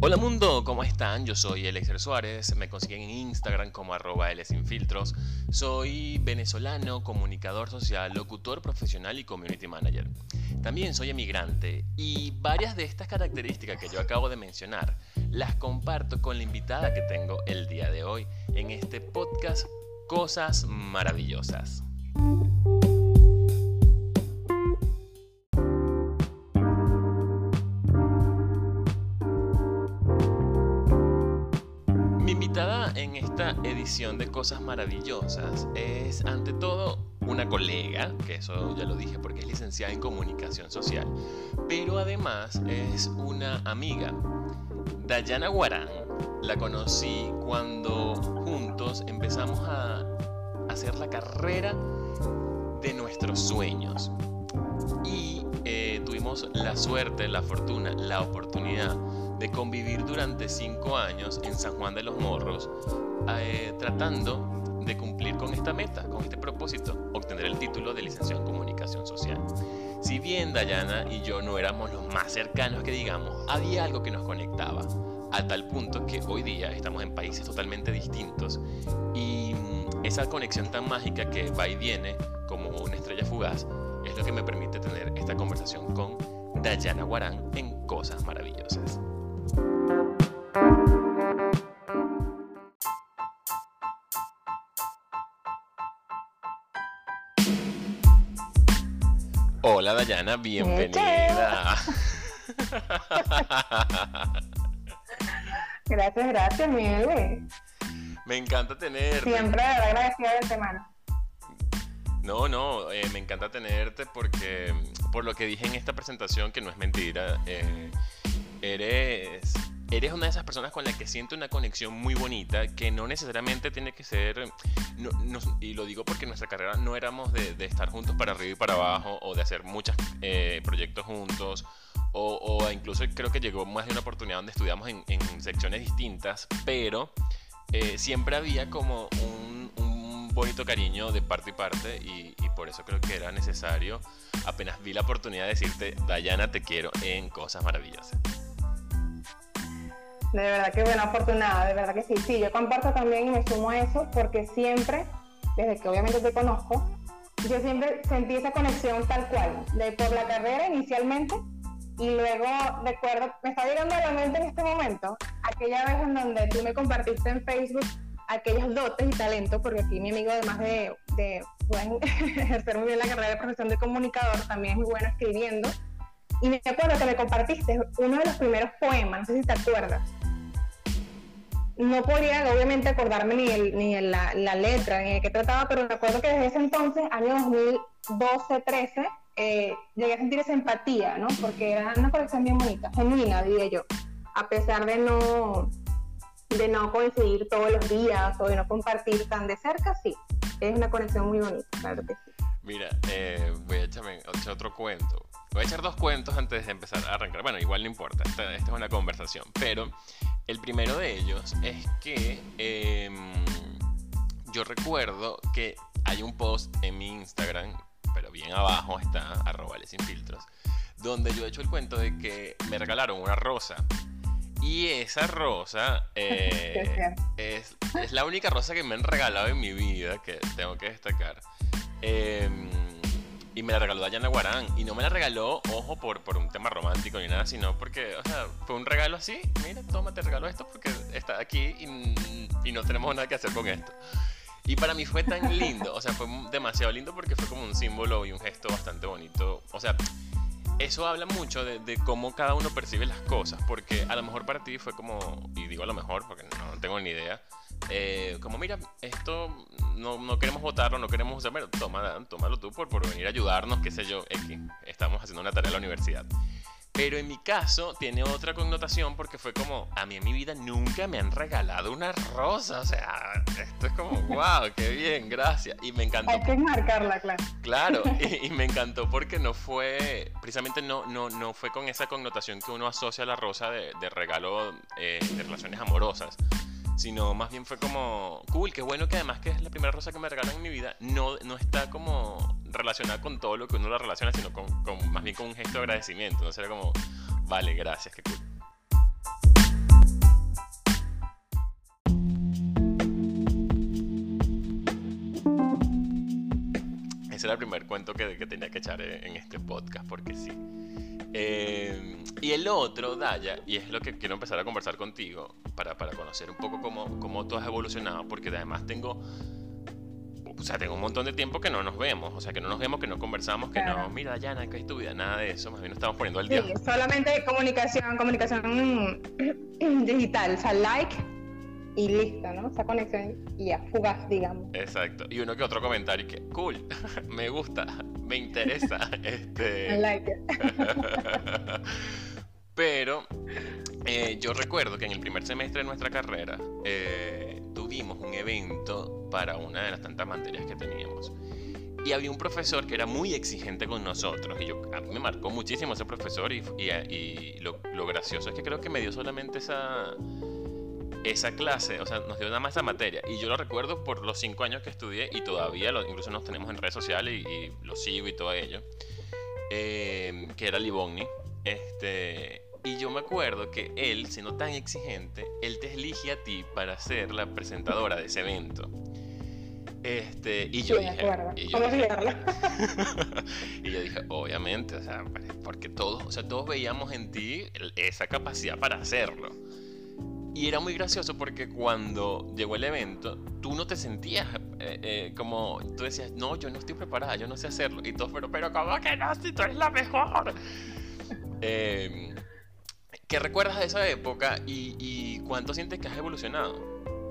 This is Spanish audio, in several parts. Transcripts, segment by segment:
Hola mundo, ¿cómo están? Yo soy Elixir Suárez, me consiguen en Instagram como @lsinfiltros. Soy venezolano, comunicador social, locutor profesional y community manager. También soy emigrante y varias de estas características que yo acabo de mencionar las comparto con la invitada que tengo el día de hoy en este podcast Cosas Maravillosas. Mi invitada en esta edición de Cosas Maravillosas es, ante todo, una colega, que eso ya lo dije porque es licenciada en Comunicación Social, pero además es una amiga. Dayana Guarán la conocí cuando juntos empezamos a hacer la carrera de nuestros sueños y tuvimos la suerte, la fortuna, la oportunidad de convivir durante 5 años en San Juan de los Morros, tratando de cumplir con esta meta, con este propósito, obtener el título de licenciado en Comunicación Social. Si bien Dayana y yo no éramos los más cercanos que digamos, había algo que nos conectaba, a tal punto que hoy día estamos en países totalmente distintos y esa conexión tan mágica que va y viene como una estrella fugaz es lo que me permite tener esta conversación con Dayana Guarán en Cosas Maravillosas. Hola Dayana, bienvenida. Gracias, Miguel. Me encanta tenerte. Siempre de verdad agradecida de semana. Me encanta tenerte porque, por lo que dije en esta presentación, que no es mentira, eres una de esas personas con las que siento una conexión muy bonita, que no necesariamente tiene que ser, y lo digo porque en nuestra carrera no éramos de estar juntos para arriba y para abajo, o de hacer muchos proyectos juntos, o incluso creo que llegó más de una oportunidad donde estudiamos en secciones distintas, pero siempre había como un bonito cariño de parte y parte, y por eso creo que era necesario, apenas vi la oportunidad de decirte, Dayana, te quiero en Cosas Maravillosas. De verdad que buena afortunada, de verdad que sí. Sí, yo comparto también y me sumo a eso porque siempre, desde que obviamente te conozco, yo siempre sentí esa conexión tal cual, por la carrera inicialmente, y luego recuerdo, me está llegando a la mente en este momento, aquella vez en donde tú me compartiste en Facebook aquellos dotes y talentos, porque aquí mi amigo, además de bueno, ejercer muy bien la carrera de profesión de comunicador, también es muy bueno escribiendo, y me acuerdo que me compartiste uno de los primeros poemas, no sé si te acuerdas. No podría obviamente acordarme ni la letra, ni de qué trataba, pero me acuerdo que desde ese entonces, año 2012-13, llegué a sentir esa empatía, ¿no? Porque era una conexión bien bonita, genuina, diría yo, a pesar de no coincidir todos los días o de no compartir tan de cerca, sí, es una conexión muy bonita, claro que sí. Mira, voy a echar otro cuento. Voy a echar 2 cuentos antes de empezar a arrancar. Bueno, igual no importa, esta es una conversación. Pero el primero de ellos es que yo recuerdo que hay un post en mi Instagram, pero bien abajo está @lsinfiltros, donde yo he hecho el cuento de que me regalaron una rosa. Y esa rosa es la única rosa que me han regalado en mi vida, que tengo que destacar. Y me la regaló Dayana Guarán. Y no me la regaló, ojo, por un tema romántico ni nada, sino porque, o sea, fue un regalo así. Mira, toma, te regalo esto porque está aquí y no tenemos nada que hacer con esto. Y para mí fue tan lindo, o sea, fue demasiado lindo porque fue como un símbolo y un gesto bastante bonito. O sea, eso habla mucho de cómo cada uno percibe las cosas, porque a lo mejor para ti fue como, y digo a lo mejor porque no tengo ni idea, como mira, esto no queremos votarlo, no queremos usar, pero tómalo tú por venir a ayudarnos, qué sé yo, estamos haciendo una tarea en la universidad. Pero en mi caso tiene otra connotación porque fue como, a mí en mi vida nunca me han regalado una rosa, o sea, esto es como, wow, qué bien, gracias. Y me encantó. Hay que marcarla, claro. Claro, y me encantó porque no fue, precisamente no fue con esa connotación que uno asocia a la rosa de regalo de relaciones amorosas, sino más bien fue como, cool, qué bueno que además que es la primera rosa que me regalan en mi vida, no está como relacionada con todo lo que uno la relaciona, sino más bien con un gesto de agradecimiento. Entonces era como, vale, gracias, qué cool. ese era el primer cuento que tenía que echar en este podcast, porque sí. Y el otro, Daya, y es lo que quiero empezar a conversar contigo para conocer un poco cómo tú has evolucionado, porque además tengo un montón de tiempo que no nos vemos, o sea, que no nos vemos, que no conversamos, que Claro. no, mira, Dayana, ¿qué es tu vida? Nada de eso, más bien nos estamos poniendo al Sí, día. solamente comunicación digital, o sea, like y listo, ¿no? Esa conexión y ya, fugaz, digamos. Exacto, y uno que otro comentario que, cool, me gusta, me interesa, I like it. Pero yo recuerdo que en el primer semestre de nuestra carrera tuvimos un evento para una de las tantas materias que teníamos. Y había un profesor que era muy exigente con nosotros. Y a mí me marcó muchísimo ese profesor. Y lo gracioso es que creo que me dio solamente esa clase. O sea, nos dio nada más esa materia. Y yo lo recuerdo por los 5 años que estudié. Y todavía incluso nos tenemos en redes sociales y lo sigo y todo ello. Que era Livogni. Y yo me acuerdo que él, siendo tan exigente, él te elige a ti para ser la presentadora de ese evento. Y yo Sí, me dije, acuerdo. y yo ¿Cómo dije, olvidarlo? y yo dije, obviamente, o sea, porque todos veíamos en ti esa capacidad para hacerlo. Y era muy gracioso porque cuando llegó el evento, tú no te sentías como, tú decías, no, yo no estoy preparada, yo no sé hacerlo. Y todos, pero ¿cómo que no? Si tú eres la mejor. ¿Qué recuerdas de esa época y cuánto sientes que has evolucionado?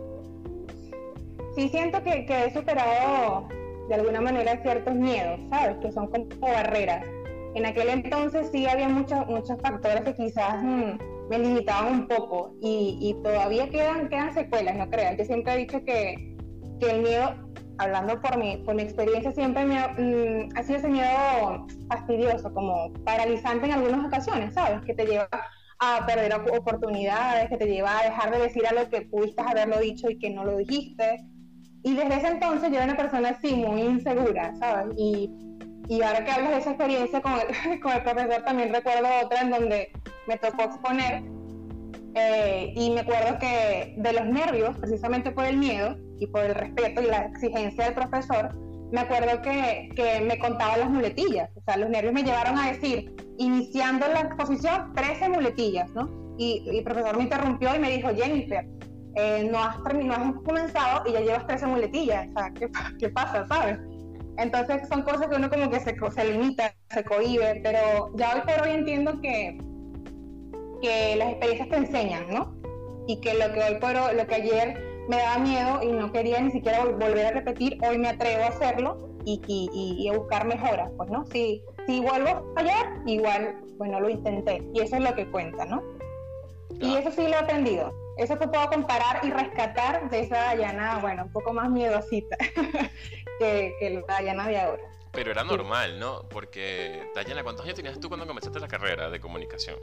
Sí siento que he superado de alguna manera ciertos miedos, ¿sabes? Que son como barreras. En aquel entonces sí había muchos factores que quizás me limitaban un poco y todavía quedan secuelas, no creas. Yo siempre he dicho que el miedo, hablando por mi experiencia, siempre ha sido ese miedo fastidioso, como paralizante en algunas ocasiones, ¿sabes? Que te lleva a perder oportunidades, que te lleva a dejar de decir algo que pudiste haberlo dicho y que no lo dijiste. Y desde ese entonces yo era una persona así, muy insegura, ¿sabes? Y ahora que hablas de esa experiencia con el profesor, también recuerdo otra en donde me tocó exponer y me acuerdo que de los nervios, precisamente por el miedo y por el respeto y la exigencia del profesor, me acuerdo que me contaba las muletillas. O sea, los nervios me llevaron a decir, iniciando la exposición, 13 muletillas, ¿no? Y el profesor me interrumpió y me dijo, Jennifer, no has comenzado y ya llevas 13 muletillas, o sea, ¿qué pasa, sabes? Entonces son cosas que uno como que se limita, se cohíbe, pero ya hoy por hoy entiendo que las experiencias te enseñan, ¿no? Y que lo que ayer me daba miedo y no quería ni siquiera volver a repetir, hoy me atrevo a hacerlo y a buscar mejoras, pues, ¿no? Si vuelvo a fallar, igual, bueno, lo intenté, y eso es lo que cuenta, ¿no? Y eso sí lo he aprendido. Eso que puedo comparar y rescatar de esa Dayana, bueno, un poco más miedosita que la Dayana de ahora. Pero era normal, ¿no? Porque, Dayana, ¿cuántos años tenías tú cuando comenzaste la carrera de comunicación?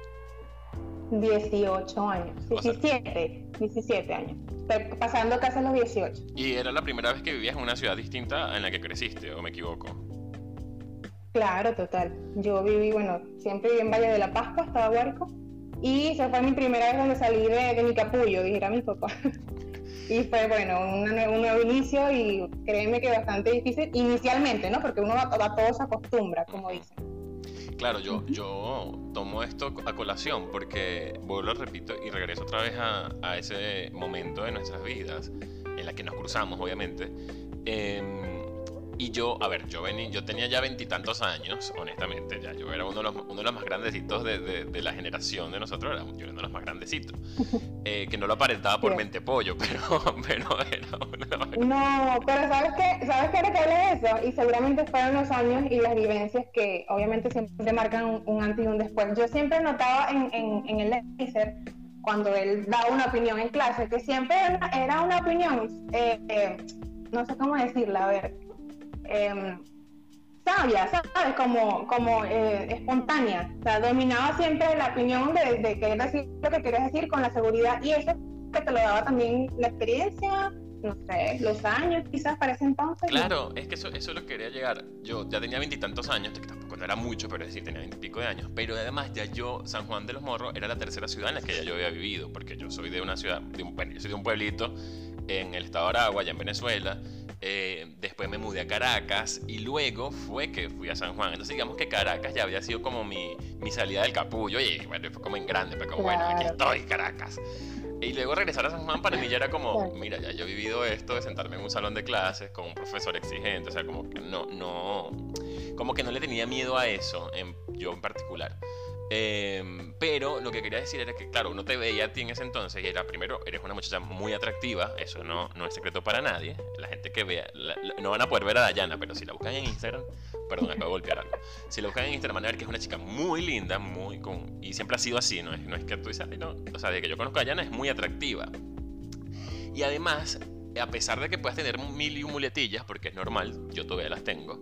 18 años, 17 años, pasando casi los 18. ¿Y era la primera vez que vivías en una ciudad distinta en la que creciste, o me equivoco? Claro, total. Yo viví, bueno, siempre viví en Valle de la Pascua, hasta Guárico, y esa fue mi primera vez donde salí de mi capullo, dijera mi papá. Y fue, bueno, un nuevo inicio y créeme que bastante difícil inicialmente, ¿no? Porque uno a todo se acostumbra, como dicen. Claro, yo tomo esto a colación porque, vuelvo, repito, y regreso otra vez a ese momento de nuestras vidas en la que nos cruzamos, obviamente. Y yo tenía ya 20 y tantos años, honestamente, ya yo era uno de los más grandecitos de la generación de nosotros, yo era uno de los más grandecitos, que no lo aparentaba por mente pollo, pero era uno de los más grandes. No, pero ¿sabes qué ahora que hablas de eso? Y seguramente fueron los años y las vivencias que obviamente siempre marcan un antes y un después. Yo siempre notaba en el láser, cuando él daba una opinión en clase, que siempre era una opinión, no sé cómo decirla, a ver, sabia, ¿sabes? Como espontánea. O sea, dominaba siempre la opinión de querer decir lo que querías decir con la seguridad, y eso que te lo daba también la experiencia, no sé, los años quizás para ese entonces. Claro, es que eso lo quería llegar. Yo ya tenía 20 y tantos años, que tampoco no era mucho, pero es decir, tenía 20 y pico de años. Pero además ya San Juan de los Morros era la tercera ciudad en la que ya yo había vivido, porque yo soy de una ciudad, yo soy de un pueblito en el estado de Aragua, allá en Venezuela. Después me mudé a Caracas y luego fue que fui a San Juan. Entonces digamos que Caracas ya había sido como mi salida del capullo. Y bueno, fue como en grande, pero como bueno, aquí estoy, Caracas. Y luego regresar a San Juan para mí ya era como, mira, ya yo he vivido esto de sentarme en un salón de clases con un profesor exigente. O sea, como que como que no le tenía miedo a eso, yo en particular. Pero lo que quería decir era que, claro, uno te veía a ti en ese entonces y era, primero, eres una muchacha muy atractiva, eso no es secreto para nadie. La gente que vea, no van a poder ver a Dayana, pero si la buscan en Instagram, perdón, acabo de golpear algo. Si la buscan en Instagram van a ver que es una chica muy linda, y siempre ha sido así, no es que tú dices, no, o sea, desde que yo conozco a Dayana es muy atractiva. Y además, a pesar de que puedas tener mil y un muletillas, porque es normal, yo todavía las tengo,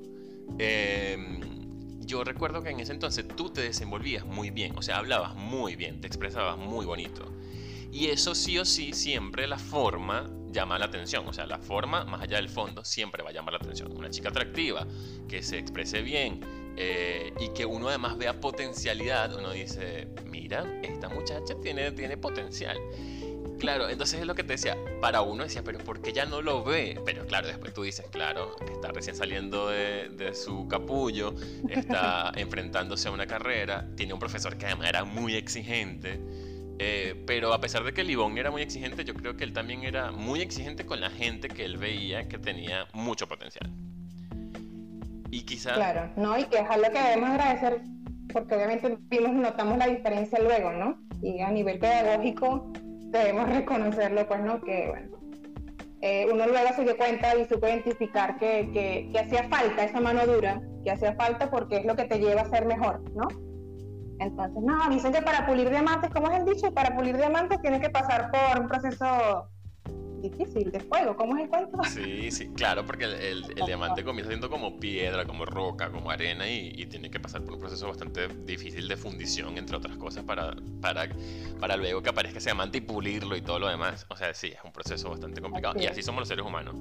yo recuerdo que en ese entonces tú te desenvolvías muy bien, o sea, hablabas muy bien, te expresabas muy bonito. Y eso sí o sí, siempre la forma llama la atención, o sea, la forma, más allá del fondo, siempre va a llamar la atención. Una chica atractiva, que se exprese bien, y que uno además vea potencialidad, uno dice, mira, esta muchacha tiene potencial. Claro, entonces es lo que te decía, para uno decía, pero ¿por qué ya no lo ve? Pero claro, después tú dices, claro, está recién saliendo de su capullo, está enfrentándose a una carrera, tiene un profesor que además era muy exigente, pero a pesar de que Livón era muy exigente, yo creo que él también era muy exigente con la gente que él veía que tenía mucho potencial. Y quizás... Claro, ¿no? Y que es algo que debemos agradecer, porque obviamente notamos la diferencia luego, ¿no? Y a nivel pedagógico debemos reconocerlo, pues, ¿no? Que, bueno, uno luego se dio cuenta y supo identificar que hacía falta esa mano dura, que hacía falta porque es lo que te lleva a ser mejor, ¿no? Entonces, no, dicen que para pulir diamantes, ¿cómo es el dicho? Para pulir diamantes tienes que pasar por un proceso difícil de fuego, ¿cómo es el cuento? Sí, claro, porque el diamante comienza siendo como piedra, como roca, como arena y tiene que pasar por un proceso bastante difícil de fundición, entre otras cosas, para luego que aparezca ese diamante y pulirlo y todo lo demás. O sea, sí, es un proceso bastante complicado y así somos los seres humanos.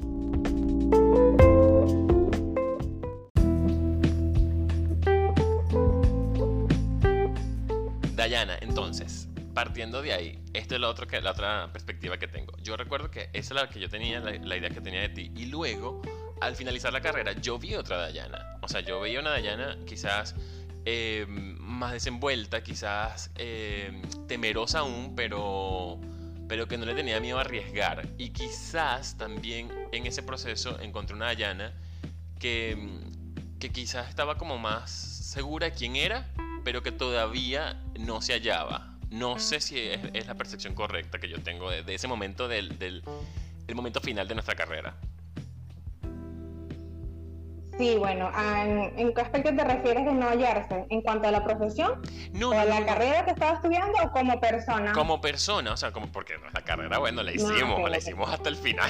Dayana, entonces, partiendo de ahí, esto es la otra perspectiva que tengo. Yo recuerdo que esa es la que yo tenía, la idea que tenía de ti. Y luego, al finalizar la carrera, yo vi otra Dayana. O sea, yo veía una Dayana quizás más desenvuelta, quizás temerosa aún, pero que no le tenía miedo a arriesgar. Y quizás también en ese proceso encontré una Dayana que quizás estaba como más segura de quién era, pero que todavía no se hallaba. No sé si es la percepción correcta que yo tengo de ese momento del momento final de nuestra carrera. Sí, bueno, ¿en qué aspecto te refieres de no hallarse? ¿En cuanto a la profesión? ¿O a la carrera que estaba estudiando o como persona? Como persona, o sea, porque nuestra carrera, bueno, la hicimos hasta el final.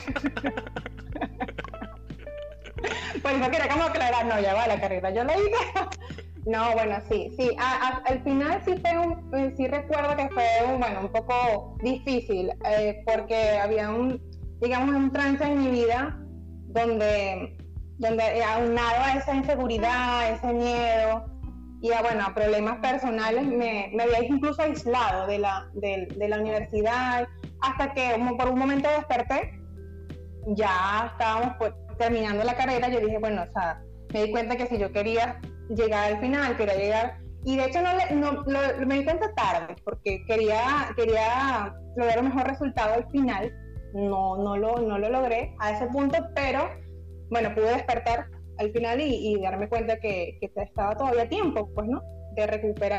Pues eso quería como aclarar, no, ya va, la carrera yo la hice. No, bueno, sí, al final sí recuerdo que fue un poco difícil, porque había un trance en mi vida donde aunado a esa inseguridad, ese miedo y a problemas personales, me había incluso aislado de la universidad, hasta que por un momento desperté, ya estábamos pues terminando la carrera. Yo dije, bueno, o sea, me di cuenta que si yo quería llegar al final, quería llegar, y de hecho me di cuenta tarde, porque quería lograr un mejor resultado al final. No lo logré a ese punto, pero bueno, pude despertar al final y darme cuenta que estaba todavía a tiempo, pues, ¿no? De recuperar,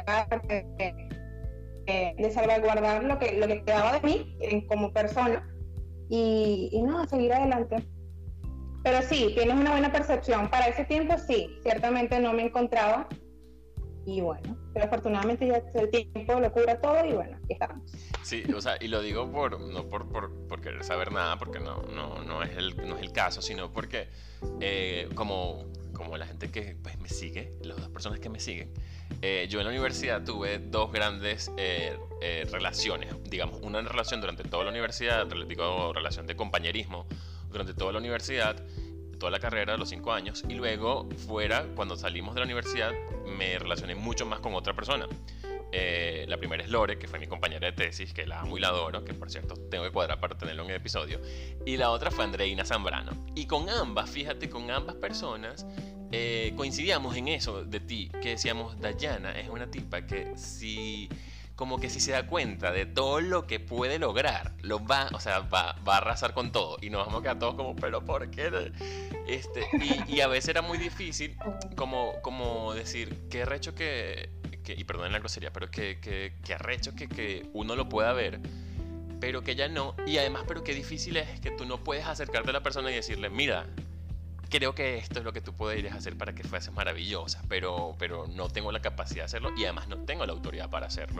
de salvaguardar lo que quedaba de mí como persona y no, seguir adelante. Pero sí, tienes una buena percepción. Para ese tiempo sí, ciertamente no me encontraba. Y bueno, pero afortunadamente ya el tiempo lo cura todo y bueno, aquí estamos. Sí, o sea, y lo digo no por querer saber nada, porque no es el caso, sino porque como la gente que pues, me sigue, las dos personas que me siguen, yo en la universidad tuve dos grandes relaciones, digamos, una relación durante toda la universidad, digo, relación de compañerismo, durante toda la universidad, toda la carrera, los 5 años, y luego fuera, cuando salimos de la universidad, me relacioné mucho más con otra persona. La primera es Lore, que fue mi compañera de tesis, que la amo y la adoro, que por cierto tengo que cuadrar para tenerlo en el episodio. Y la otra fue Andreina Zambrano. Y con ambas, fíjate, con ambas personas coincidíamos en eso de ti, que decíamos, Dayana es una tipa que como que si se da cuenta de todo lo que puede lograr, va a arrasar con todo. Y nos vamos a quedar todos como, pero ¿por qué? Y a veces era muy difícil como decir, qué arrecho y perdonen la grosería, pero que arrecho que uno lo pueda ver, pero que ella no. Y además, pero qué difícil es que tú no puedes acercarte a la persona y decirle, mira, creo que esto es lo que tú podrías hacer para que fueses maravillosa, pero no tengo la capacidad de hacerlo y además no tengo la autoridad para hacerlo.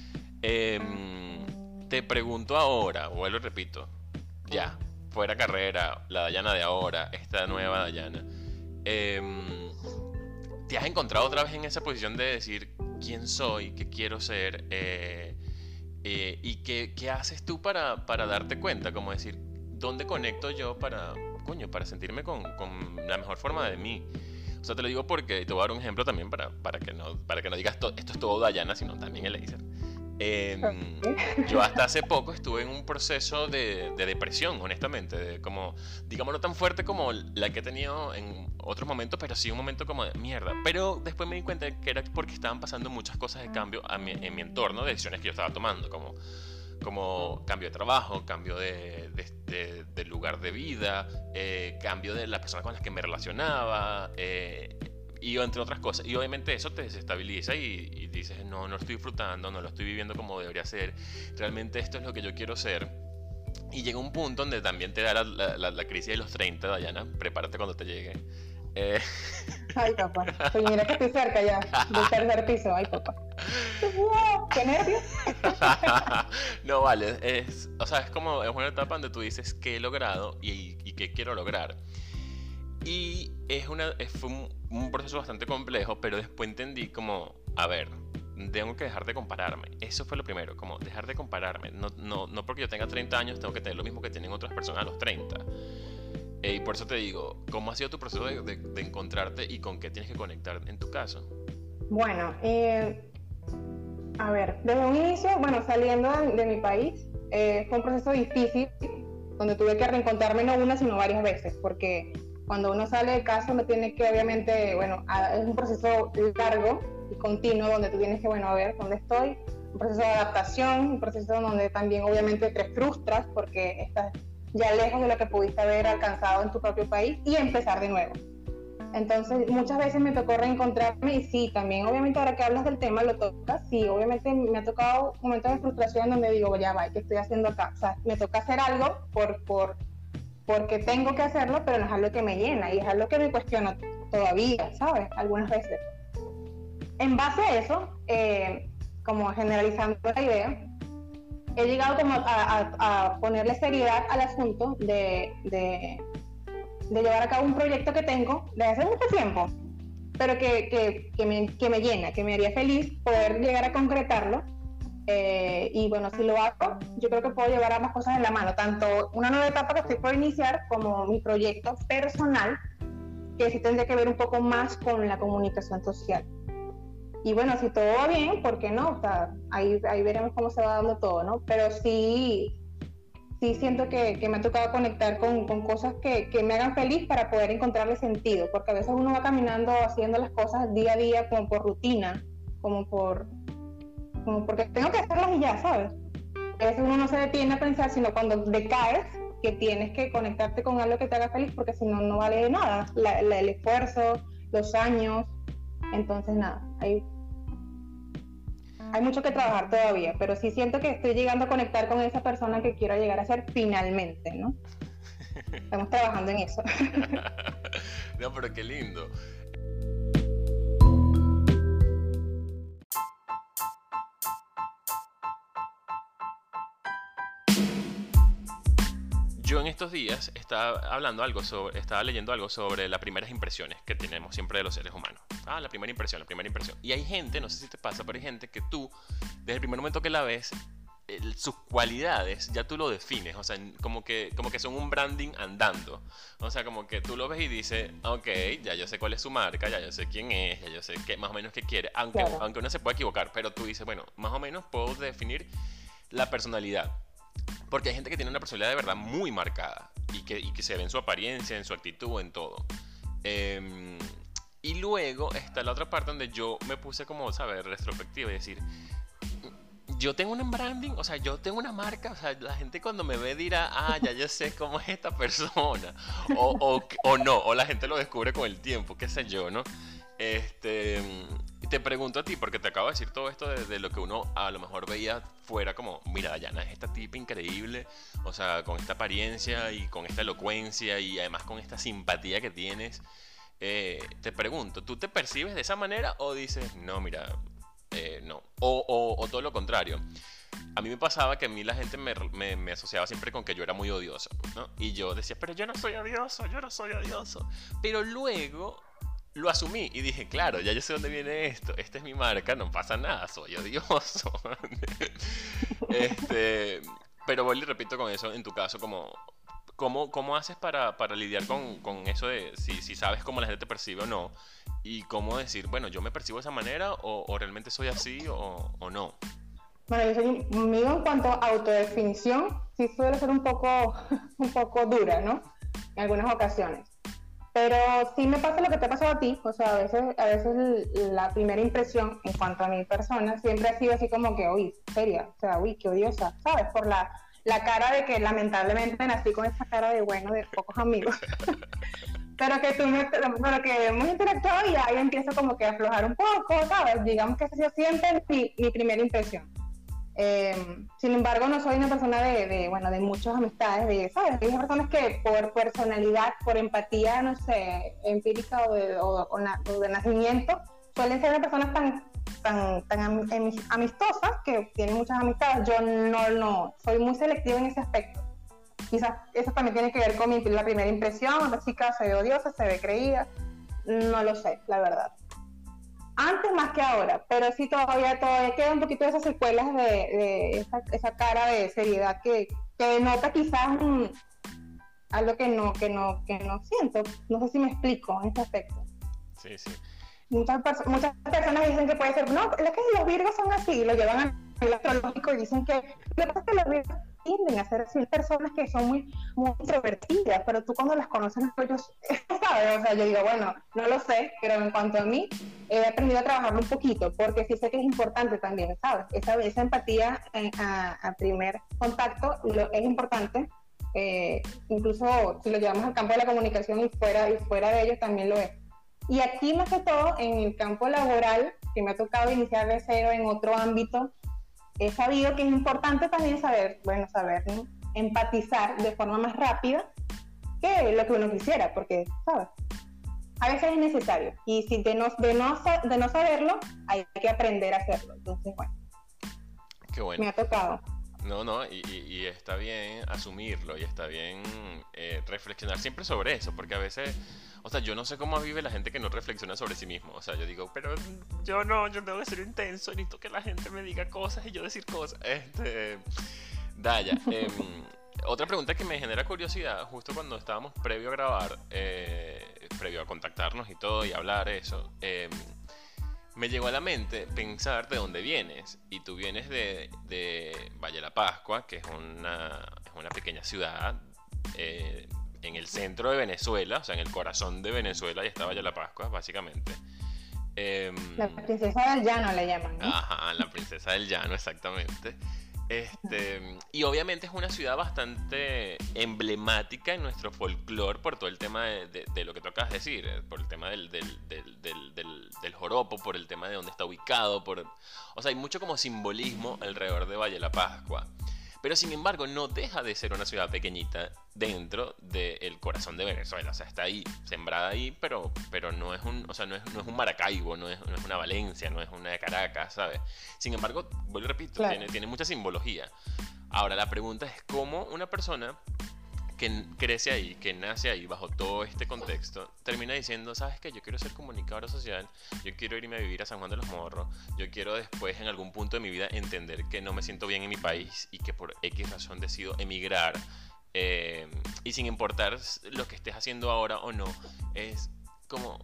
Te pregunto ahora, vuelvo y repito, ya, fuera carrera, la Dayana de ahora, esta nueva Dayana, ¿te has encontrado otra vez en esa posición de decir quién soy, qué quiero ser, y qué haces tú para darte cuenta? Como decir, ¿dónde conecto yo para sentirme con la mejor forma de mí? O sea, te lo digo porque te voy a dar un ejemplo también para que no digas esto es todo Dayana, sino también Eliezer. Yo hasta hace poco estuve en un proceso de depresión, honestamente, como, digamos, no tan fuerte como la que he tenido en otros momentos, pero sí un momento como de mierda. Pero después me di cuenta que era porque estaban pasando muchas cosas de cambio en mi entorno, de decisiones que yo estaba tomando, como cambio de trabajo, cambio de lugar de vida, cambio de las personas con las que me relacionaba, y entre otras cosas. Y obviamente eso te desestabiliza y dices, no lo estoy disfrutando, no lo estoy viviendo como debería ser, realmente esto es lo que yo quiero ser. Y llega un punto donde también te da la crisis de los 30, Dayana, prepárate cuando te llegue. Ay, papá, pues mira que estoy cerca ya del tercer piso. Ay, papá, qué nervios. No, vale, es como, es una etapa donde tú dices qué he logrado y qué quiero lograr. Y fue un proceso bastante complejo, pero después entendí como, a ver, tengo que dejar de compararme. Eso fue lo primero, como dejar de compararme. No porque yo tenga 30 años tengo que tener lo mismo que tienen otras personas a los 30. Y por eso te digo, ¿cómo ha sido tu proceso de encontrarte y con qué tienes que conectar en tu caso? Bueno, a ver, desde un inicio, saliendo de mi país, fue un proceso difícil, donde tuve que reencontrarme no una, sino varias veces, porque cuando uno sale de casa uno tiene que, obviamente, es un proceso largo y continuo, donde tú tienes que, a ver dónde estoy, un proceso de adaptación, un proceso donde también obviamente te frustras porque estás ya lejos de lo que pudiste haber alcanzado en tu propio país y empezar de nuevo. Entonces muchas veces me tocó reencontrarme y sí, también obviamente ahora que hablas del tema lo tocas, sí, obviamente me ha tocado momentos de frustración donde digo, ya va, ¿qué estoy haciendo acá? O sea, me toca hacer algo porque tengo que hacerlo, pero no es algo que me llena y es algo que me cuestiono todavía, ¿sabes? Algunas veces. En base a eso, como generalizando la idea, he llegado como a ponerle seriedad al asunto de llevar a cabo un proyecto que tengo desde hace mucho tiempo, pero que me llena, que me haría feliz poder llegar a concretarlo. Y si lo hago, yo creo que puedo llevar ambas cosas en la mano, tanto una nueva etapa que estoy por iniciar como mi proyecto personal, que sí tendría que ver un poco más con la comunicación social. Y si todo va bien, ¿por qué no? O sea, ahí veremos cómo se va dando todo, ¿no? Pero sí siento que me ha tocado conectar con cosas que me hagan feliz para poder encontrarle sentido, porque a veces uno va caminando haciendo las cosas día a día como por rutina, como porque tengo que hacerlas y ya, ¿sabes? A veces uno no se detiene a pensar, sino cuando decaes, que tienes que conectarte con algo que te haga feliz, porque si no, no vale de nada el esfuerzo, los años. Entonces, nada, hay mucho que trabajar todavía, pero sí siento que estoy llegando a conectar con esa persona que quiero llegar a ser finalmente, ¿no? Estamos trabajando en eso. No, pero qué lindo. Yo en estos días estaba leyendo algo sobre las primeras impresiones que tenemos siempre de los seres humanos. La primera impresión. Y hay gente, no sé si te pasa, pero hay gente que tú, desde el primer momento que la ves, sus cualidades ya tú lo defines, o sea, como que son un branding andando. O sea, como que tú lo ves y dices, ok, ya yo sé cuál es su marca, ya yo sé quién es, ya yo sé qué, más o menos qué quiere, claro, aunque uno se pueda equivocar, pero tú dices, bueno, más o menos puedo definir la personalidad. Porque hay gente que tiene una personalidad de verdad muy marcada y que se ve en su apariencia, en su actitud, en todo. Eh, y luego está la otra parte donde yo me puse como, ¿sabes? Retrospectiva y decir, yo tengo un branding, o sea, yo tengo una marca, o sea, la gente cuando me ve dirá, ah, ya yo sé cómo es esta persona, o no, o la gente lo descubre con el tiempo, qué sé yo, ¿no? Te pregunto a ti, porque te acabo de decir todo esto de lo que uno a lo mejor veía fuera como, mira, Dayana es esta tipa increíble, o sea, con esta apariencia y con esta elocuencia y además con esta simpatía que tienes. Te pregunto, ¿tú te percibes de esa manera o dices, no, mira, no? O todo lo contrario. A mí me pasaba que a mí la gente me asociaba siempre con que yo era muy odioso, ¿no? Y yo decía, pero yo no soy odioso, yo no soy odioso. Pero luego lo asumí y dije, claro, ya yo sé dónde viene esto. Esta es mi marca, no pasa nada, soy odioso. este, pero voy y repito con eso, en tu caso, como, ¿cómo haces para lidiar con eso de si sabes cómo la gente te percibe o no? Y cómo decir, bueno, yo me percibo de esa manera o realmente soy así o no. bueno, yo soy conmigo en cuanto a autodefinición, sí suele ser un poco, un poco dura, ¿no? En algunas ocasiones. Pero sí me pasa lo que te ha pasado a ti, o sea, a veces la primera impresión en cuanto a mi persona siempre ha sido así como que, uy, seria, o sea, uy, qué odiosa, ¿sabes? Por la cara de que lamentablemente nací con esa cara de bueno, de pocos amigos, pero que hemos interactuado y ahí empiezo como que a aflojar un poco, ¿sabes? Digamos que esa ha sido siempre mi primera impresión. Sin embargo, no soy una persona bueno, de muchas amistades, ¿sabes? Hay personas que por personalidad, por empatía, no sé, empírica o de nacimiento, suelen ser personas tan amistosas que tienen muchas amistades. Yo no, soy muy selectiva en ese aspecto. Quizás eso también tiene que ver con la primera impresión, la chica se ve odiosa, se ve creída, no lo sé, la verdad. Antes más que ahora, pero sí todavía queda un poquito de esas secuelas de esa cara de seriedad que denota quizás algo que no siento. No sé si me explico en ese aspecto. Sí, sí. Muchas personas dicen que puede ser, no, es que los virgos son así, lo llevan al astrológico y dicen que lo que pasa es que los virgos tienden a ser así, personas que son muy introvertidas, pero tú cuando las conoces, ellos, ¿sabes? O sea, yo digo, bueno, no lo sé, pero en cuanto a mí, he aprendido a trabajarlo un poquito, porque sí sé que es importante también, ¿sabes? Esa empatía a primer contacto es importante, incluso si lo llevamos al campo de la comunicación y fuera de ellos también lo es. Y aquí más que todo, en el campo laboral, que me ha tocado iniciar de cero en otro ámbito, he sabido que es importante también saber, ¿no? Empatizar de forma más rápida que lo que uno quisiera, porque, ¿sabes? A veces es necesario. Y si de no saberlo, hay que aprender a hacerlo. Entonces, bueno, Qué bueno. me ha tocado. No, y está bien asumirlo y está bien reflexionar siempre sobre eso, porque a veces, o sea, yo no sé cómo vive la gente que no reflexiona sobre sí mismo. O sea, yo digo, pero yo tengo que ser intenso, necesito que la gente me diga cosas y yo decir cosas. Daya, otra pregunta que me genera curiosidad, justo cuando estábamos previo a grabar, previo a contactarnos y todo y hablar eso, me llegó a la mente pensar de dónde vienes. Y tú vienes de Valle de la Pascua, que es una pequeña ciudad en el centro de Venezuela, o sea, en el corazón de Venezuela, y está Valle de la Pascua, básicamente. La princesa del llano le llaman, ¿no? Ajá, la princesa del llano, exactamente. Y obviamente es una ciudad bastante emblemática en nuestro folclore por todo el tema de lo que tú acabas de decir, por el tema del joropo, por el tema de dónde está ubicado, o sea, hay mucho como simbolismo alrededor de Valle de la Pascua. Pero sin embargo no deja de ser una ciudad pequeñita dentro del corazón de Venezuela. O sea, está ahí, sembrada ahí, pero no es un, o sea, no es un Maracaibo, no es una Valencia, no es una Caracas, ¿sabes? Sin embargo, vuelvo y repito, Claro. tiene mucha simbología. Ahora, la pregunta es cómo una persona que crece ahí, que nace ahí bajo todo este contexto, termina diciendo, ¿sabes qué? Yo quiero ser comunicadora social, yo quiero irme a vivir a San Juan de los Morros, yo quiero después en algún punto de mi vida entender que no me siento bien en mi país y que por X razón decido emigrar, y sin importar lo que estés haciendo ahora o no, es como,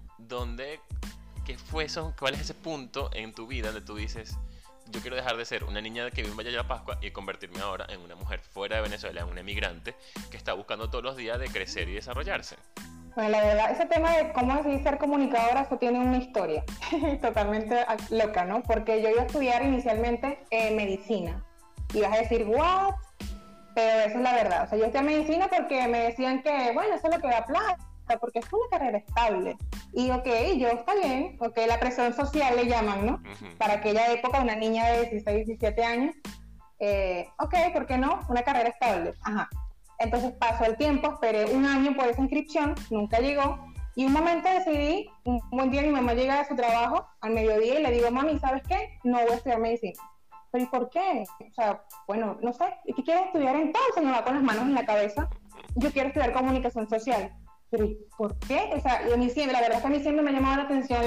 ¿cuál es ese punto en tu vida donde tú dices, yo quiero dejar de ser una niña que vive en Valle de la Pascua y convertirme ahora en una mujer fuera de Venezuela, en una emigrante que está buscando todos los días de crecer y desarrollarse? Bueno, la verdad, ese tema de cómo decidir ser comunicadora, eso tiene una historia totalmente loca, ¿no? Porque yo iba a estudiar inicialmente medicina. Y vas a decir, ¿what? Pero esa es la verdad. O sea, yo estudié medicina porque me decían que, bueno, eso es lo que da plata, porque es una carrera estable. Y ok, yo está bien, ok, la presión social le llaman, ¿no? Uh-huh. Para aquella época, una niña de 16, 17 años, ok, ¿por qué no? Una carrera estable, ajá. Entonces pasó el tiempo, esperé un año por esa inscripción, nunca llegó, y un momento decidí, un buen día mi mamá llega de su trabajo al mediodía y le digo, mami, ¿sabes qué? No voy a estudiar medicina. ¿Pero y por qué? O sea, bueno, no sé, ¿y qué quieres estudiar entonces? Me va con las manos en la cabeza, yo quiero estudiar comunicación social. Pero ¿y por qué? O sea, y a mí siempre, la verdad es que a mí siempre me ha llamado la atención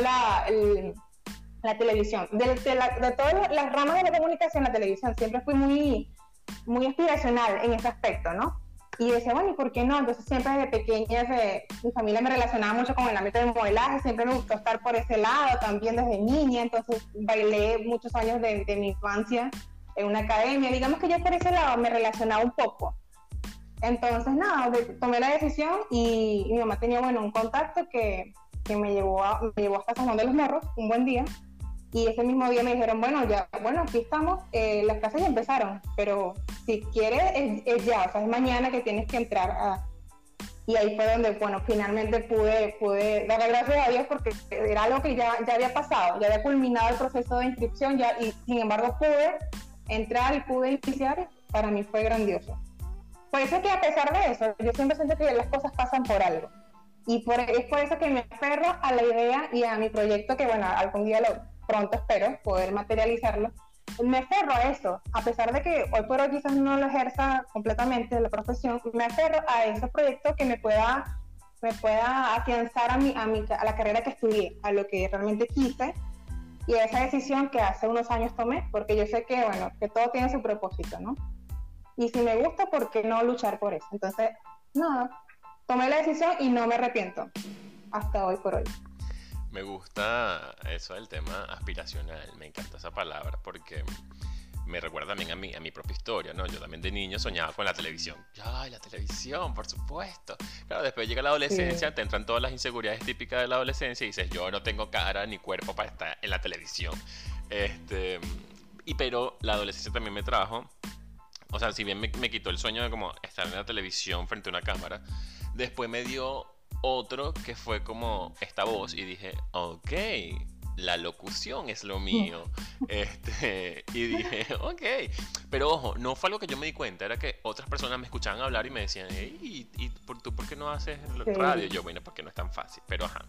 la televisión. De todas las ramas de la comunicación, la televisión, siempre fui muy aspiracional en ese aspecto, ¿no? Y decía, bueno, ¿y por qué no? Entonces siempre desde pequeña, mi familia me relacionaba mucho con el ámbito del modelaje, siempre me gustó estar por ese lado, también desde niña, entonces bailé muchos años de mi infancia en una academia. Digamos que yo por ese lado me relacionaba un poco. Entonces, nada, tomé la decisión y mi mamá tenía, bueno, un contacto que me llevó hasta San Juan de los Morros, un buen día, y ese mismo día me dijeron, bueno, aquí estamos, las clases ya empezaron, pero si quieres, es ya, o sea, es mañana que tienes que entrar Y ahí fue donde, bueno, finalmente pude darle gracias a Dios porque era algo que ya había pasado, ya había culminado el proceso de inscripción, y sin embargo pude entrar y pude iniciar, para mí fue grandioso. Por eso que a pesar de eso, yo siempre siento que las cosas pasan por algo. Y es por eso que me aferro a la idea y a mi proyecto, que bueno, algún día pronto espero poder materializarlo. Me aferro a eso, a pesar de que hoy por hoy quizás no lo ejerza completamente la profesión, me aferro a ese proyecto que me pueda afianzar a la carrera que estudié, a lo que realmente quise, y a esa decisión que hace unos años tomé, porque yo sé que, bueno, que todo tiene su propósito, ¿no? Y si me gusta, ¿por qué no luchar por eso? Entonces, nada, tomé la decisión y no me arrepiento hasta hoy por hoy. Me gusta eso del tema aspiracional, me encanta esa palabra porque me recuerda también a mi propia historia, ¿no? Yo también de niño soñaba con la televisión. ¡Ay, la televisión, por supuesto! Claro, después llega la adolescencia, sí. Te entran todas las inseguridades típicas de la adolescencia y dices, yo no tengo cara ni cuerpo para estar en la televisión. Pero la adolescencia también me trajo, o sea, si bien me quitó el sueño de como estar en la televisión frente a una cámara, después me dio otro que fue como esta voz y dije, ok, la locución es lo mío. Y dije, ok. Pero ojo, no fue algo que yo me di cuenta, era que otras personas me escuchaban hablar y me decían, ¿y tú por qué no haces radio? Yo, bueno, porque no es tan fácil, pero ajá.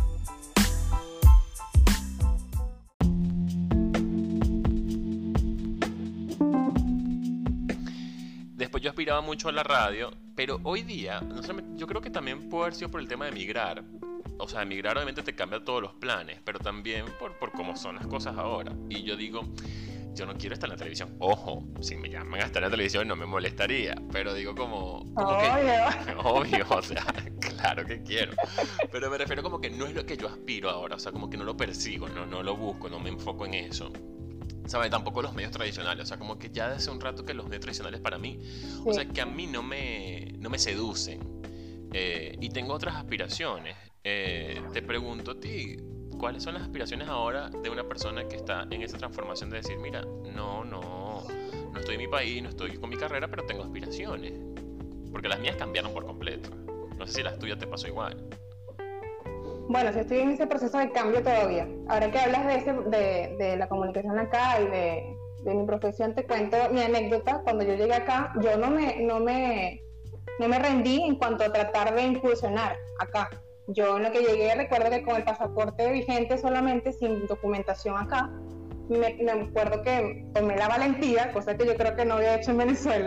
Después yo aspiraba mucho a la radio, pero hoy día, no sé, yo creo que también puede haber sido por el tema de emigrar. O sea, emigrar obviamente te cambia todos los planes, pero también por cómo son las cosas ahora. Y yo digo, yo no quiero estar en la televisión. Ojo, si me llaman a estar en la televisión no me molestaría, pero digo como que obvio, o sea, claro que quiero. Pero me refiero como que no es lo que yo aspiro ahora, o sea, como que no lo persigo, no lo busco, no me enfoco en eso. ¿Sabes? Tampoco los medios tradicionales, o sea, como que ya de hace un rato que los medios tradicionales para mí, sí. O sea, que a mí no me seducen, y tengo otras aspiraciones. Te pregunto a ti, ¿cuáles son las aspiraciones ahora de una persona que está en esa transformación de decir, mira, no estoy en mi país, no estoy con mi carrera, pero tengo aspiraciones? Porque las mías cambiaron por completo. No sé si las tuyas te pasó igual. Bueno, sí estoy en ese proceso de cambio todavía. Ahora que hablas de la comunicación acá y de mi profesión, te cuento mi anécdota. Cuando yo llegué acá, yo no me rendí en cuanto a tratar de incursionar acá. Yo en lo que llegué, recuerdo que con el pasaporte vigente solamente, sin documentación acá, me acuerdo que tomé la valentía, cosa que yo creo que no había hecho en Venezuela,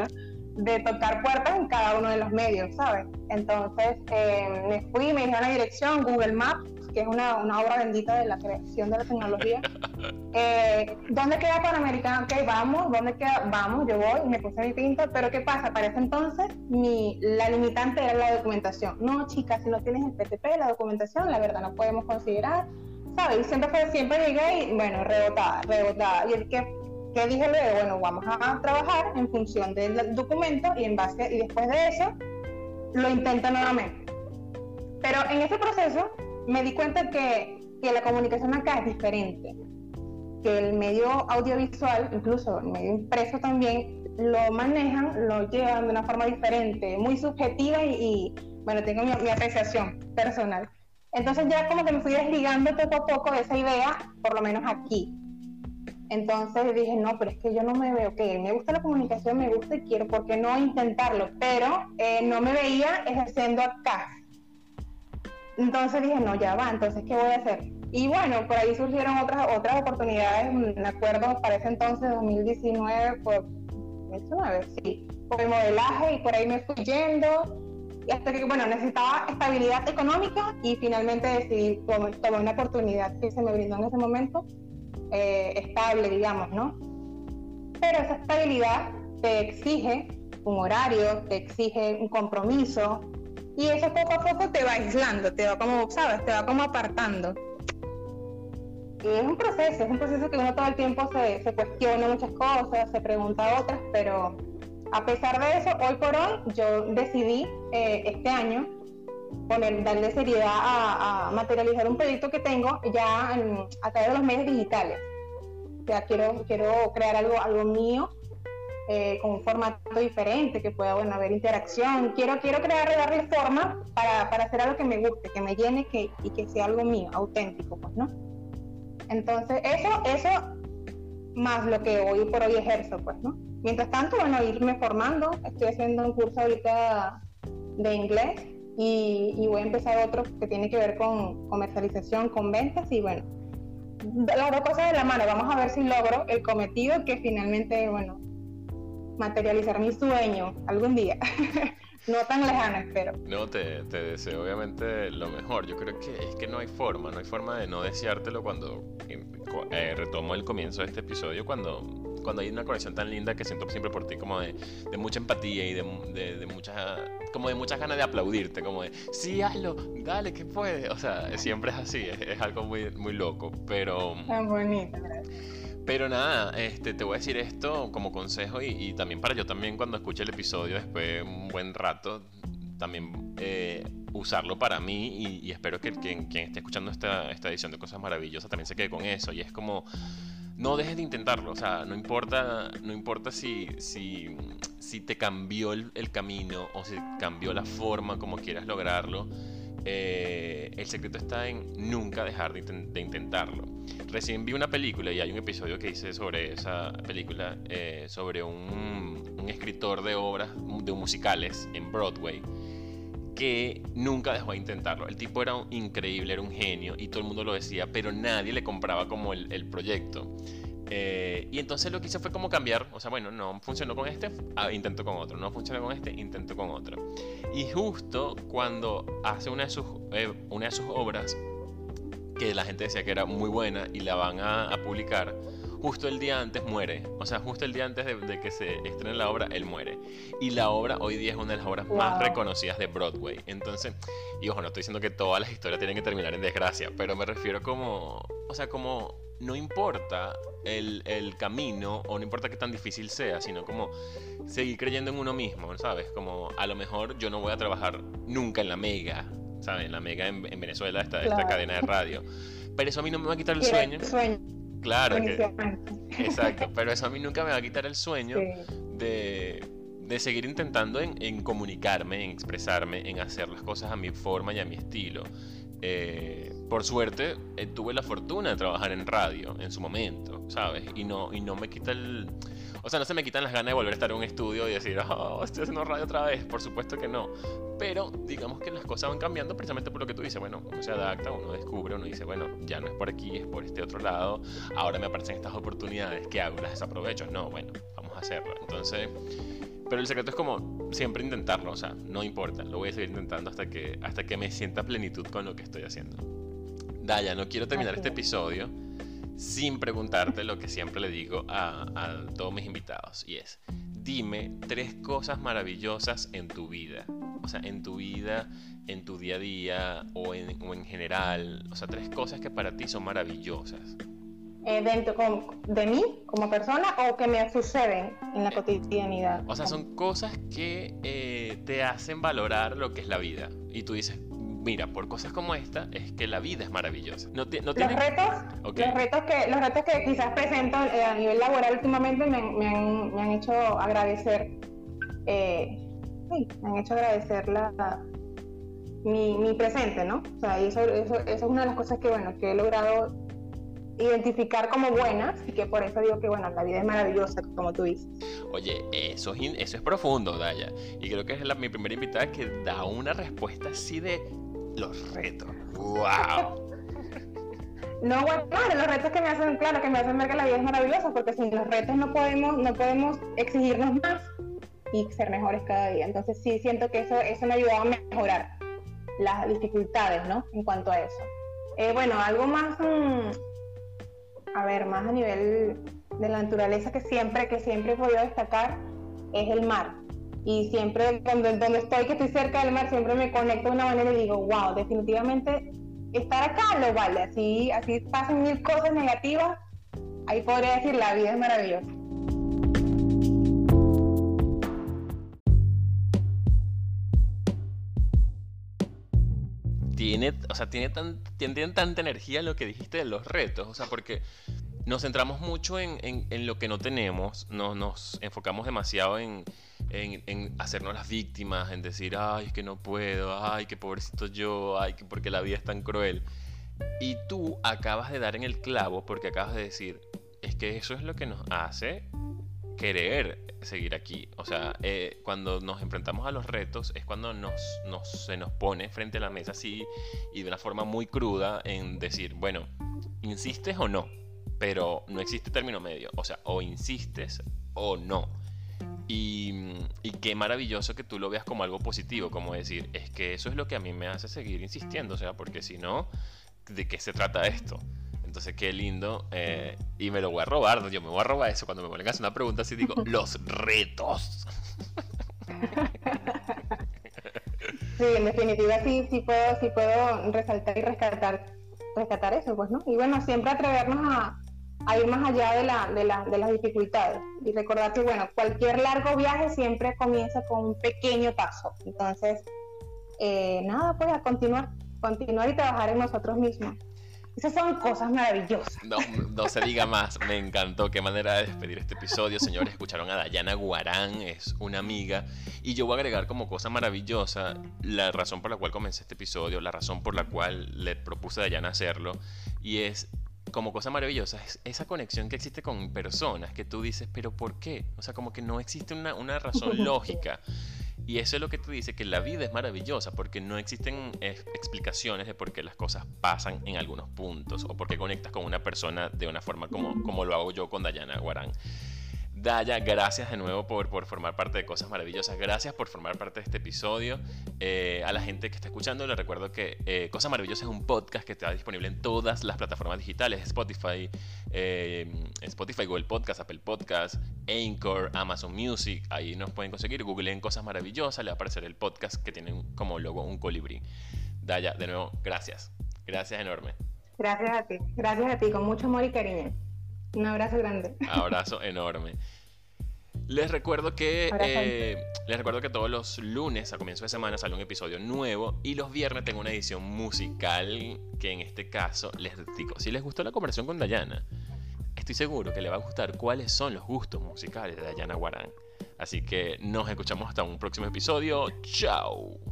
de tocar puertas en cada uno de los medios, ¿sabes? Entonces me fui, me dije una dirección, Google Maps, que es una obra bendita de la creación de la tecnología. ¿Dónde queda Panamericana? Ok, vamos, ¿dónde queda? Vamos, yo voy, me puse mi pinta, pero ¿qué pasa? Para ese entonces la limitante era la documentación. No, chicas, si no tienes el PTP, la documentación, la verdad no podemos considerar, ¿sabes? Y siempre llegué y, bueno, rebotada. Y el que dije luego, bueno, vamos a trabajar en función del documento y después de eso lo intento nuevamente. Pero en ese proceso me di cuenta que la comunicación acá es diferente, que el medio audiovisual, incluso el medio impreso también, lo manejan, lo llevan de una forma diferente, muy subjetiva y bueno, tengo mi apreciación personal. Entonces ya como que me fui desligando poco a poco de esa idea, por lo menos aquí. Entonces dije, no, pero es que yo no me veo, que me gusta la comunicación, me gusta y quiero, ¿por qué no intentarlo? Pero no me veía ejerciendo acá. Entonces dije, no, ya va, entonces, ¿qué voy a hacer? Y bueno, por ahí surgieron otras oportunidades, me acuerdo, para ese entonces, 2019, por modelaje, y por ahí me fui yendo, y hasta que, bueno, necesitaba estabilidad económica, y finalmente decidí tomar una oportunidad que se me brindó en ese momento, estable, digamos, ¿no? Pero esa estabilidad te exige un horario, te exige un compromiso, y eso poco a poco te va aislando, te va como, ¿sabes? Te va como apartando. Y es un proceso que uno todo el tiempo se cuestiona muchas cosas, se pregunta otras, pero a pesar de eso, hoy por hoy, yo decidí este año darle seriedad a materializar un proyecto que tengo ya a través de los medios digitales. O sea, quiero crear algo mío, con un formato diferente, que pueda, bueno, haber interacción. Quiero darle forma para hacer algo que me guste, que me llene y que sea algo mío, auténtico, pues, ¿no? Entonces, eso más lo que hoy por hoy ejerzo, pues, ¿no? Mientras tanto, bueno, irme formando. Estoy haciendo un curso ahorita de inglés y voy a empezar otro que tiene que ver con comercialización, con ventas, y bueno, las dos cosas de la mano. Vamos a ver si logro el cometido, que finalmente, bueno, materializar mi sueño algún día. No tan lejano, espero. No, te deseo obviamente lo mejor. Yo creo que es que no hay forma de no deseártelo cuando retomo el comienzo de este episodio, cuando hay una conexión tan linda que siento siempre por ti, como de mucha empatía y de muchas ganas de aplaudirte, como de, sí, hazlo, dale, que puedes. O sea, siempre es así, es algo muy, muy loco, pero... Tan bonito, ¿verdad? Pero nada, te voy a decir esto como consejo y también para yo también cuando escuche el episodio después de un buen rato, también usarlo para mí y espero que quien esté escuchando esta edición de Cosas Maravillosas también se quede con eso. Y es como, no dejes de intentarlo, o sea, no importa si te cambió el camino o si cambió la forma como quieras lograrlo. El secreto está en nunca dejar de intentarlo. Recién vi una película y hay un episodio que hice sobre esa película, sobre un escritor de obras de musicales en Broadway que nunca dejó de intentarlo. El tipo era increíble, era un genio y todo el mundo lo decía, pero nadie le compraba como el proyecto. Y entonces lo que hice fue como cambiar, o sea, bueno, no funcionó con este, intento con otro, no funcionó con este, intento con otro. Y justo cuando hace una de sus obras, que la gente decía que era muy buena y la van a publicar, justo el día antes muere. O sea, justo el día antes de que se estrene la obra, él muere. Y la obra hoy día es una de las obras más reconocidas de Broadway. Entonces, y ojo, no estoy diciendo que todas las historias tienen que terminar en desgracia, pero me refiero como, o sea, como no importa el camino o no importa qué tan difícil sea, sino como seguir creyendo en uno mismo, ¿sabes? Como a lo mejor yo no voy a trabajar nunca en la Mega, ¿sabes? En la Mega en Venezuela, esta cadena de radio. Pero eso a mí no me va a quitar el sueño. Claro que, exacto, pero eso a mí nunca me va a quitar el sueño, sí, de seguir intentando en comunicarme, en expresarme, en hacer las cosas a mi forma y a mi estilo. Por suerte tuve la fortuna de trabajar en radio en su momento, ¿sabes? Y no me quita o sea, no se me quitan las ganas de volver a estar en un estudio y decir, oh, estoy haciendo radio otra vez. Por supuesto que no. Pero digamos que las cosas van cambiando precisamente por lo que tú dices. Bueno, uno se adapta, uno descubre, uno dice, bueno, ya no es por aquí, es por este otro lado. Ahora me aparecen estas oportunidades. ¿Qué hago? ¿Las desaprovecho? No, bueno, vamos a hacerlo. Entonces, Pero el secreto es como siempre intentarlo, o sea, no importa, lo voy a seguir intentando hasta que me sienta plenitud con lo que estoy haciendo. Daya, no quiero terminar este episodio sin preguntarte lo que siempre le digo a todos mis invitados, y es: dime 3 cosas maravillosas en tu vida. O sea, en tu vida, en tu día a día o en general. O sea, 3 cosas que para ti son maravillosas. ¿De mí como persona o que me suceden en la cotidianidad? O sea, son cosas que te hacen valorar lo que es la vida. Y tú dices, mira, por cosas como esta es que la vida es maravillosa. Los retos que quizás presento a nivel laboral últimamente me han hecho agradecer mi presente, ¿no? O sea, eso es una de las cosas que, bueno, que he logrado identificar como buenas, y que por eso digo que, bueno, la vida es maravillosa, como tú dices. Oye, eso es profundo, Daya. Y creo que es mi primera invitada que da una respuesta así de los retos. ¡Wow! No, bueno, los retos que me hacen ver que la vida es maravillosa, porque sin los retos no podemos exigirnos más y ser mejores cada día. Entonces sí siento que eso me ha ayudado a mejorar las dificultades, ¿no? En cuanto a eso. Bueno, algo más, más a nivel de la naturaleza que siempre he podido destacar es el mar. Y siempre donde estoy, que estoy cerca del mar, siempre me conecto de una manera y digo, wow, definitivamente estar acá lo vale. Así pasan 1000 cosas negativas, ahí podría decir la vida es maravillosa. Tiene tanta energía lo que dijiste de los retos, o sea, porque nos centramos mucho en lo que no tenemos, nos enfocamos demasiado en hacernos las víctimas, en decir, ay, es que no puedo, ay, que pobrecito yo, ay, que porque la vida es tan cruel. Y tú acabas de dar en el clavo, porque acabas de decir, es que eso es lo que nos hace querer seguir aquí. O sea, cuando nos enfrentamos a los retos es cuando se nos pone frente a la mesa así y de una forma muy cruda en decir, bueno, insistes o no, pero no existe término medio. O sea, o insistes o no. Y qué maravilloso que tú lo veas como algo positivo, como decir, es que eso es lo que a mí me hace seguir insistiendo, o sea, porque si no, ¿de qué se trata esto? Entonces, qué lindo, y me lo voy a robar, yo me voy a robar eso cuando me vuelvan a hacer una pregunta así, digo, los retos. Sí, en definitiva sí puedo resaltar y rescatar eso, pues, ¿no? Y bueno, siempre atrevernos a ir más allá de las dificultades y recordar que, bueno, cualquier largo viaje siempre comienza con un pequeño paso. Entonces, nada, pues a continuar y trabajar en nosotros mismos. Esas son cosas maravillosas. No se diga más, me encantó. Qué manera de despedir este episodio. Señores, escucharon a Dayana Guarán, es una amiga. Y yo voy a agregar como cosa maravillosa la razón por la cual comencé este episodio, la razón por la cual le propuse a Dayana hacerlo. Y es, como cosa maravillosa, es esa conexión que existe con personas que tú dices, ¿pero por qué? O sea, como que no existe una razón lógica. Y eso es lo que tú dices, que la vida es maravillosa, porque no existen explicaciones de por qué las cosas pasan en algunos puntos, o por qué conectas con una persona de una forma como lo hago yo con Dayana Guarán. Daya, gracias de nuevo por formar parte de Cosas Maravillosas. Gracias por formar parte de este episodio. A la gente que está escuchando, les recuerdo que Cosas Maravillosas es un podcast que está disponible en todas las plataformas digitales: Spotify, Google Podcast, Apple Podcast, Anchor, Amazon Music. Ahí nos pueden conseguir. Googleen Cosas Maravillosas, le va a aparecer el podcast que tiene como logo un colibrí. Daya, de nuevo, gracias. Gracias enorme. Gracias a ti, con mucho amor y cariño. Un abrazo grande. Abrazo enorme. Les recuerdo que todos los lunes a comienzo de semana sale un episodio nuevo, y los viernes tengo una edición musical que en este caso les digo, si les gustó la conversación con Dayana, estoy seguro que le va a gustar cuáles son los gustos musicales de Dayana Guarán. Así que nos escuchamos hasta un próximo episodio. ¡Chao!